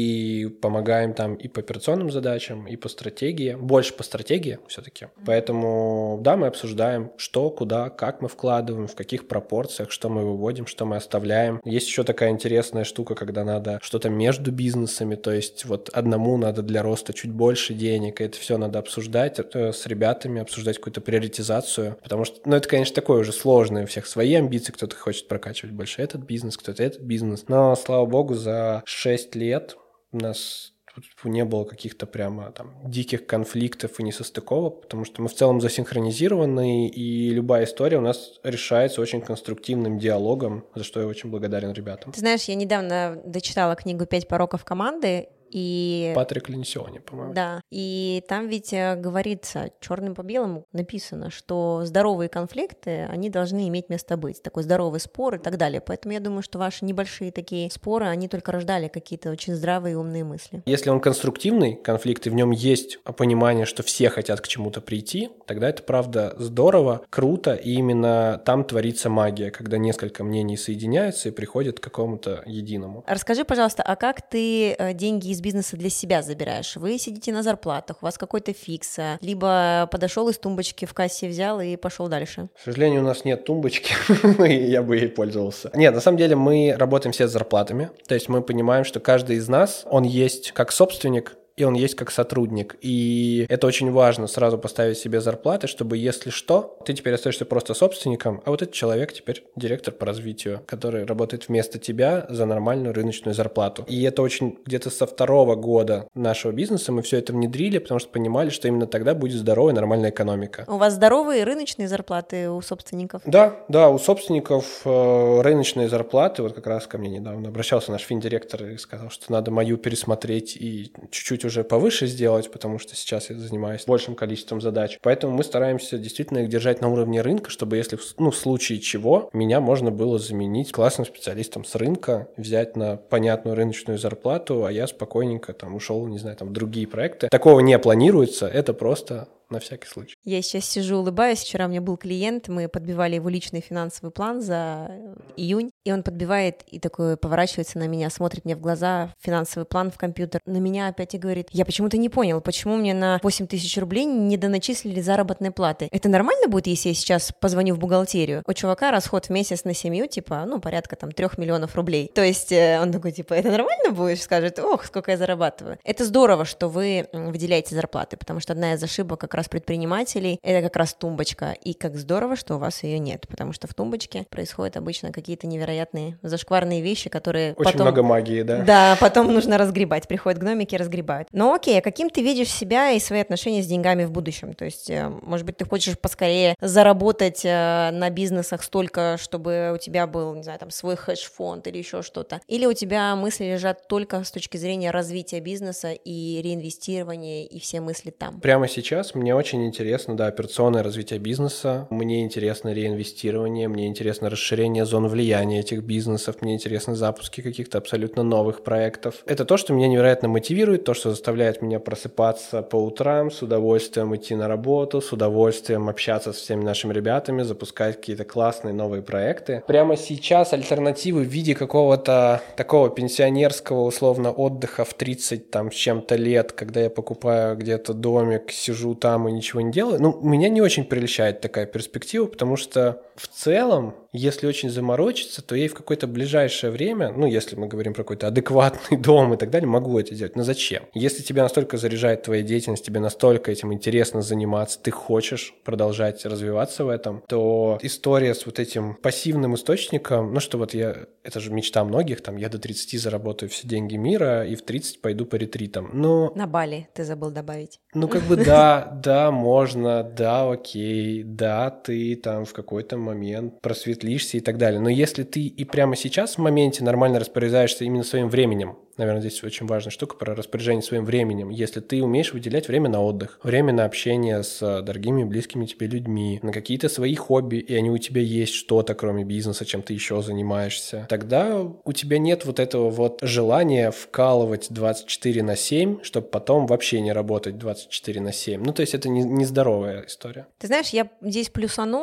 и помогаем там и по операционным задачам, и по стратегии. Больше по стратегии все-таки. Поэтому, да, мы обсуждаем, что, куда, как мы вкладываем, в каких пропорциях, что мы выводим, что мы оставляем. Есть еще такая интересная штука, когда надо что-то между бизнесами, то есть вот одному надо для роста чуть больше денег, и это все надо обсуждать с ребятами, обсуждать какую-то приоритизацию, потому что, ну, это, конечно, такое уже сложное, у всех свои амбиции, кто-то хочет прокачивать больше этот бизнес, кто-то этот бизнес, но, слава богу, за шесть лет у нас не было каких-то прямо там диких конфликтов и несостыковок, потому что мы в целом засинхронизированы, и любая история у нас решается очень конструктивным диалогом, за что я очень благодарен ребятам. Ты знаешь, я недавно дочитала книгу «Пять пороков команды», и... Патрик Ленсиони, по-моему. Да, и там ведь говорится, черным по белому написано, что здоровые конфликты, они должны иметь место быть, такой здоровый спор и так далее. Поэтому я думаю, что ваши небольшие такие споры, они только рождали какие-то очень здравые и умные мысли. Если он конструктивный конфликт, и в нем есть понимание, что все хотят к чему-то прийти, тогда это, правда, здорово, круто, и именно там творится магия, когда несколько мнений соединяются и приходят к какому-то единому. Расскажи, пожалуйста, а как ты деньги из бизнеса для себя забираешь? Вы сидите на зарплатах, у вас какой-то фикс, либо подошел из тумбочки в кассе, взял и пошел дальше? К сожалению, у нас нет тумбочки, и я бы ей пользовался. Нет, на самом деле мы работаем все с зарплатами, то есть мы понимаем, что каждый из нас, он есть как собственник, и он есть как сотрудник. И это очень важно сразу поставить себе зарплаты, чтобы, если что, ты теперь остаешься просто собственником, а вот этот человек теперь директор по развитию, который работает вместо тебя за нормальную рыночную зарплату. И это очень где-то со второго года нашего бизнеса мы все это внедрили, потому что понимали, что именно тогда будет здоровая нормальная экономика. У вас здоровые рыночные зарплаты у собственников? Да, да, у собственников э, рыночные зарплаты. Вот как раз ко мне недавно обращался наш финдиректор и сказал, что надо мою пересмотреть и чуть-чуть уже повыше сделать, потому что сейчас я занимаюсь большим количеством задач. Поэтому мы стараемся действительно их держать на уровне рынка, чтобы если, ну, в случае чего, меня можно было заменить классным специалистом с рынка, взять на понятную рыночную зарплату, а я спокойненько там ушел, не знаю, там в другие проекты. Такого не планируется, это просто на всякий случай. Я сейчас сижу, улыбаюсь. Вчера у меня был клиент, мы подбивали его личный финансовый план за июнь, и он подбивает и такой поворачивается на меня, смотрит мне в глаза, финансовый план в компьютер, на меня опять и говорит: я почему-то не понял, почему мне на восемь тысяч рублей не доначислили заработной платы. Это нормально будет, если я сейчас позвоню в бухгалтерию? У чувака расход в месяц на семью, типа, ну, порядка там трех миллионов рублей. То есть он такой, типа, это нормально будет? Скажет: ох, сколько я зарабатываю. Это здорово, что вы выделяете зарплаты, потому что одна из ошибок как раз предпринимателей — это как раз тумбочка. И как здорово, что у вас ее нет, потому что в тумбочке происходят обычно какие-то невероятные, зашкварные вещи, которые очень потом... много магии, да? Да, потом нужно разгребать. Приходят гномики и разгребают. Но окей, а каким ты видишь себя и свои отношения с деньгами в будущем? То есть, может быть, ты хочешь поскорее заработать на бизнесах столько, чтобы у тебя был, не знаю, там, свой хедж-фонд или еще что-то? Или у тебя мысли лежат только с точки зрения развития бизнеса и реинвестирования, и все мысли там? Прямо сейчас мне очень интересно, да, операционное развитие бизнеса, мне интересно реинвестирование, мне интересно расширение зон влияния этих бизнесов, мне интересны запуски каких-то абсолютно новых проектов. Это то, что меня невероятно мотивирует, то, что заставляет меня просыпаться по утрам, с удовольствием идти на работу, с удовольствием общаться с всеми нашими ребятами, запускать какие-то классные новые проекты. Прямо сейчас альтернативы в виде какого-то такого пенсионерского условно отдыха в тридцать там с чем-то лет, когда я покупаю где-то домик, сижу там и ничего не делаю, ну, меня не очень прельщает такая перспектива, потому что в целом, если очень заморочиться, то я и в какое-то ближайшее время, ну, если мы говорим про какой-то адекватный дом и так далее, могу это делать. Но зачем? Если тебя настолько заряжает твоя деятельность, тебе настолько этим интересно заниматься, ты хочешь продолжать развиваться в этом, то история с вот этим пассивным источником, ну, что вот я, это же мечта многих, там, я до тридцати заработаю все деньги мира и в тридцать пойду по ретритам. Но... На Бали ты забыл добавить. Ну, как бы да, да, можно, да, окей, да, ты там в какой-то момент просветлишься и так далее. Но если ты и прямо сейчас в моменте нормально распоряжаешься именно своим временем, наверное, здесь очень важная штука про распоряжение своим временем. Если ты умеешь выделять время на отдых, время на общение с дорогими, близкими тебе людьми, на какие-то свои хобби, и они у тебя есть что-то, кроме бизнеса, чем ты еще занимаешься, тогда у тебя нет вот этого вот желания вкалывать двадцать четыре на семь, чтобы потом вообще не работать двадцать четыре на семь. Ну, то есть это не, нездоровая история. Ты знаешь, я здесь плюсану,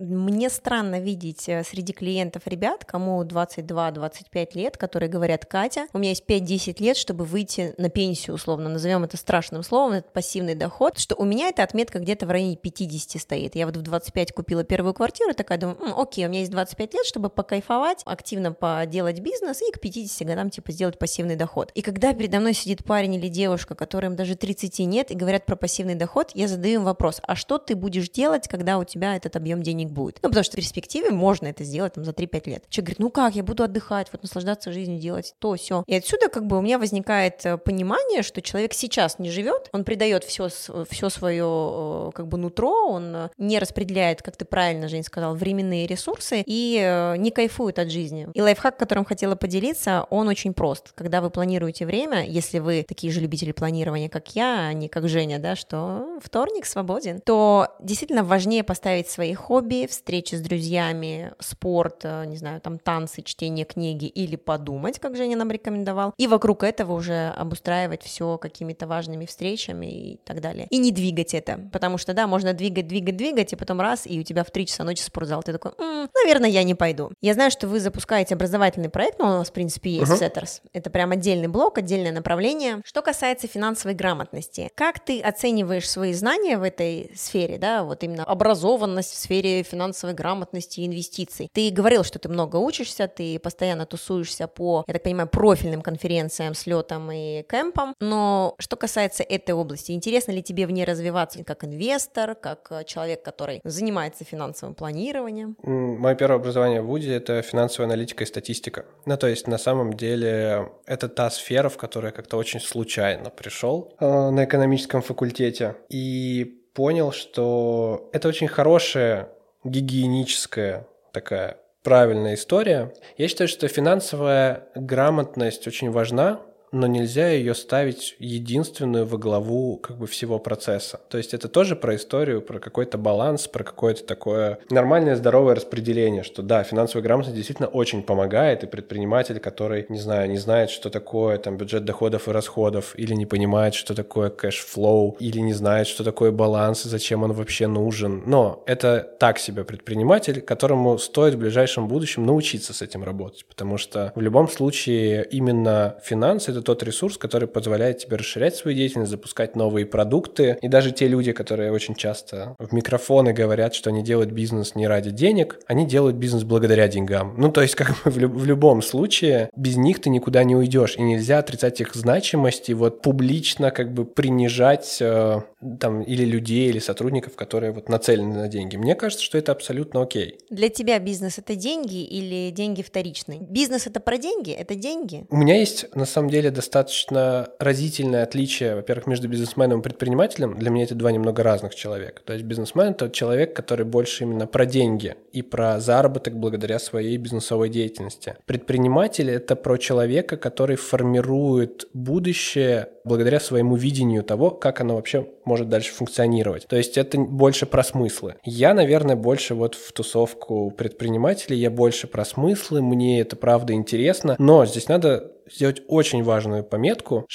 Мне странно видеть среди клиентов ребят, кому двадцать два - двадцать пять лет, которые говорят: Катя, у меня есть пять-десять лет, чтобы выйти на пенсию, условно, назовем это страшным словом, это пассивный доход, что у меня эта отметка где-то в районе пятьдесят стоит. Я вот в двадцать пять купила первую квартиру, такая думаю, М, окей, у меня есть двадцать пять лет, чтобы покайфовать, активно поделать бизнес и к пятидесяти годам типа сделать пассивный доход. И когда передо мной сидит парень или девушка, которым даже тридцати нет, и говорят про пассивный доход, я задаю им вопрос: а что ты будешь делать, когда у тебя этот объем денег будет? Ну, потому что в перспективе можно это сделать там за три-пять лет. Человек говорит: ну как, я буду отдыхать, вот наслаждаться жизнью, делать то, сё. И отсюда как бы у меня возникает понимание, что человек сейчас не живет, он придает все, все свое как бы нутро, он не распределяет, как ты правильно, Жень, сказал, временные ресурсы и не кайфует от жизни. И лайфхак, которым хотела поделиться, он очень прост. Когда вы планируете время, если вы такие же любители планирования, как я, а не как Женя, да, что вторник свободен, то действительно важнее поставить свои хобби, встречи с друзьями, спорт, не знаю, там танцы, чтение книги или подумать, как Женя нам рекомендовал, и вокруг этого уже обустраивать все какими-то важными встречами и так далее. И не двигать это, потому что, да, можно двигать, двигать, двигать, и потом раз, и у тебя в три часа ночи спортзал, ты такой, м-м, наверное, я не пойду. Я знаю, что вы запускаете образовательный проект, но он у вас, в принципе, есть, uh-huh. Setters. Это прям отдельный блок, отдельное направление. Что касается финансовой грамотности, как ты оцениваешь свои знания в этой сфере, да, вот именно образованность в сфере финансовой грамотности и инвестиций? Ты говорил, что ты много учишься, ты постоянно тусуешься по, я так понимаю, профильным конференциям, слетам и кемпам, но что касается этой области, интересно ли тебе в ней развиваться как инвестор, как человек, который занимается финансовым планированием? Мое первое образование в ВУЗе — это финансовая аналитика и статистика. Ну, то есть, на самом деле, это та сфера, в которую я как-то очень случайно пришел э, на экономическом факультете и понял, что это очень хорошая гигиеническая такая правильная история. Я считаю, что финансовая грамотность очень важна, но нельзя ее ставить единственную во главу как бы всего процесса. То есть это тоже про историю, про какой-то баланс, про какое-то такое нормальное здоровое распределение, что да, финансовая грамотность действительно очень помогает, и предприниматель, который, не знаю, не знает, что такое там бюджет доходов и расходов, или не понимает, что такое кэшфлоу, или не знает, что такое баланс и зачем он вообще нужен. Но это так себе предприниматель, которому стоит в ближайшем будущем научиться с этим работать, потому что в любом случае именно финансы — это тот ресурс, который позволяет тебе расширять свою деятельность, запускать новые продукты. И даже те люди, которые очень часто в микрофоны говорят, что они делают бизнес не ради денег, они делают бизнес благодаря деньгам. Ну, то есть, как бы в, люб- в любом случае, без них ты никуда не уйдешь. И нельзя отрицать их значимость и вот публично как бы принижать э, там или людей, или сотрудников, которые вот нацелены на деньги. Мне кажется, что это абсолютно окей. Для тебя бизнес — это деньги или деньги вторичные? Бизнес — это про деньги? Это деньги? У меня есть, на самом деле, достаточно разительное отличие, во-первых, между бизнесменом и предпринимателем. Для меня это два немного разных человека. То есть бизнесмен — это человек, который больше именно про деньги и про заработок благодаря своей бизнесовой деятельности. Предприниматель — это про человека, который формирует будущее благодаря своему видению того, как оно вообще может дальше функционировать. То есть это больше про смыслы. Я, наверное, больше вот в тусовку предпринимателей, я больше про смыслы, мне это правда интересно, но здесь надо сделать очень важную пометку,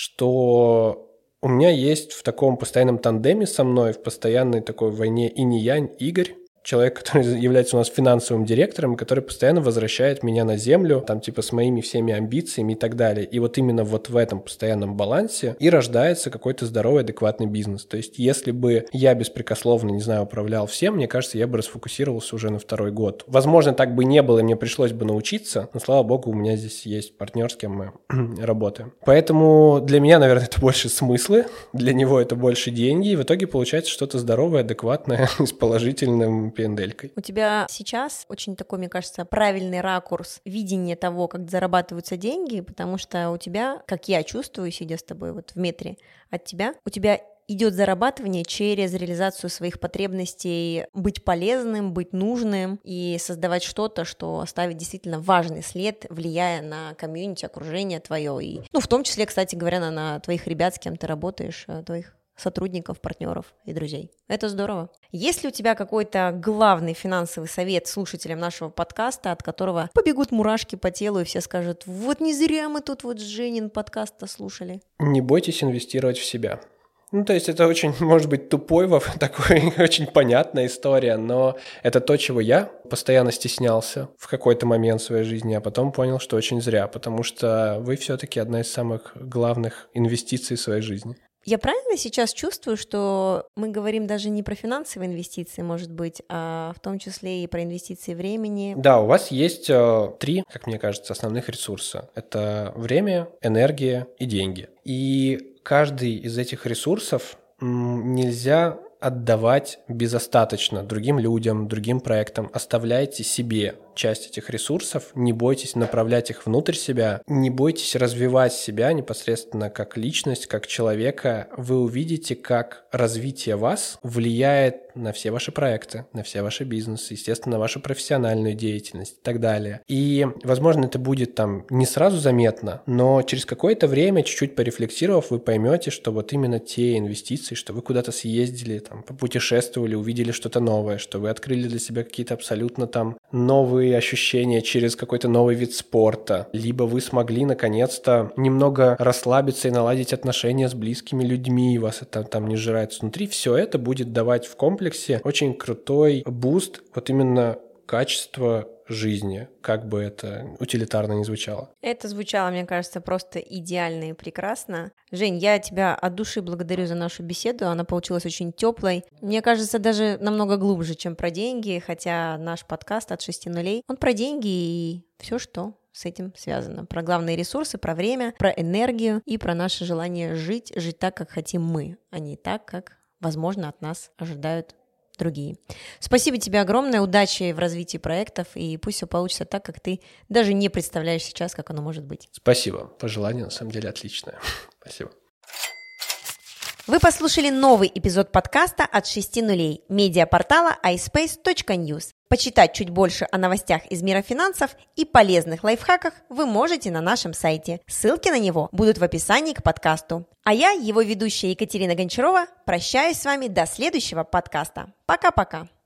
что у меня есть в таком постоянном тандеме со мной, в постоянной такой войне инь-янь Игорь, человек, который является у нас финансовым директором, который постоянно возвращает меня на землю, там типа с моими всеми амбициями и так далее. И вот именно вот в этом постоянном балансе и рождается какой-то здоровый, адекватный бизнес. То есть если бы я беспрекословно, не знаю, управлял всем, мне кажется, я бы расфокусировался уже на второй год. Возможно, так бы не было, и мне пришлось бы научиться, но, слава богу, у меня здесь есть партнер, с кем мы работаем. Поэтому для меня, наверное, это больше смыслы, для него это больше деньги, и в итоге получается что-то здоровое, адекватное, с положительным пенделькой. У тебя сейчас очень такой, мне кажется, правильный ракурс видения того, как зарабатываются деньги, потому что у тебя, как я чувствую, сидя с тобой вот в метре от тебя, у тебя идет зарабатывание через реализацию своих потребностей быть полезным, быть нужным и создавать что-то, что оставит действительно важный след, влияя на комьюнити, окружение твое. И, ну, в том числе, кстати говоря, на, на твоих ребят, с кем ты работаешь, твоих сотрудников, партнеров и друзей. Это здорово. Есть ли у тебя какой-то главный финансовый совет слушателям нашего подкаста, от которого побегут мурашки по телу, и все скажут: вот не зря мы тут вот Женин подкаст-то слушали? Не бойтесь инвестировать в себя. Ну, то есть это очень, может быть, тупой, такой очень понятная история, но это то, чего я постоянно стеснялся в какой-то момент своей жизни, а потом понял, что очень зря, потому что вы все-таки одна из самых главных инвестиций в своей жизни. Я правильно сейчас чувствую, что мы говорим даже не про финансовые инвестиции, может быть, а в том числе и про инвестиции времени? Да, у вас есть э, три, как мне кажется, основных ресурса. Это время, энергия и деньги. И каждый из этих ресурсов м, нельзя отдавать безостаточно другим людям, другим проектам. Оставляйте себе часть этих ресурсов, не бойтесь направлять их внутрь себя, не бойтесь развивать себя непосредственно как личность, как человека. Вы увидите, как развитие вас влияет на все ваши проекты, на все ваши бизнесы, естественно, на вашу профессиональную деятельность и так далее. И, возможно, это будет там не сразу заметно, но через какое-то время, чуть-чуть порефлексировав, вы поймете, что вот именно те инвестиции, что вы куда-то съездили, там, попутешествовали, увидели что-то новое, что вы открыли для себя какие-то абсолютно там новые ощущения через какой-то новый вид спорта, либо вы смогли наконец-то немного расслабиться и наладить отношения с близкими людьми, и вас это там не сжирает снутри, все это будет давать в комплексе очень крутой буст вот именно качества жизни, как бы это утилитарно ни звучало. Это звучало, мне кажется, просто идеально и прекрасно. Жень, я тебя от души благодарю за нашу беседу, она получилась очень теплой. Мне кажется, даже намного глубже, чем про деньги, хотя наш подкаст «От шести нулей», он про деньги и все, что с этим связано. Про главные ресурсы, про время, про энергию и про наше желание жить, жить так, как хотим мы, а не так, как, возможно, от нас ожидают другие. Спасибо тебе огромное, удачи в развитии проектов, и пусть все получится так, как ты даже не представляешь сейчас, как оно может быть. Спасибо. Пожелание, на самом деле, отличное. Спасибо. Вы послушали новый эпизод подкаста «От шести нулей» медиапортала ай спейс точка ньюс. Почитать чуть больше о новостях из мира финансов и полезных лайфхаках вы можете на нашем сайте. Ссылки на него будут в описании к подкасту. А я, его ведущая Екатерина Гончарова, прощаюсь с вами до следующего подкаста. Пока-пока.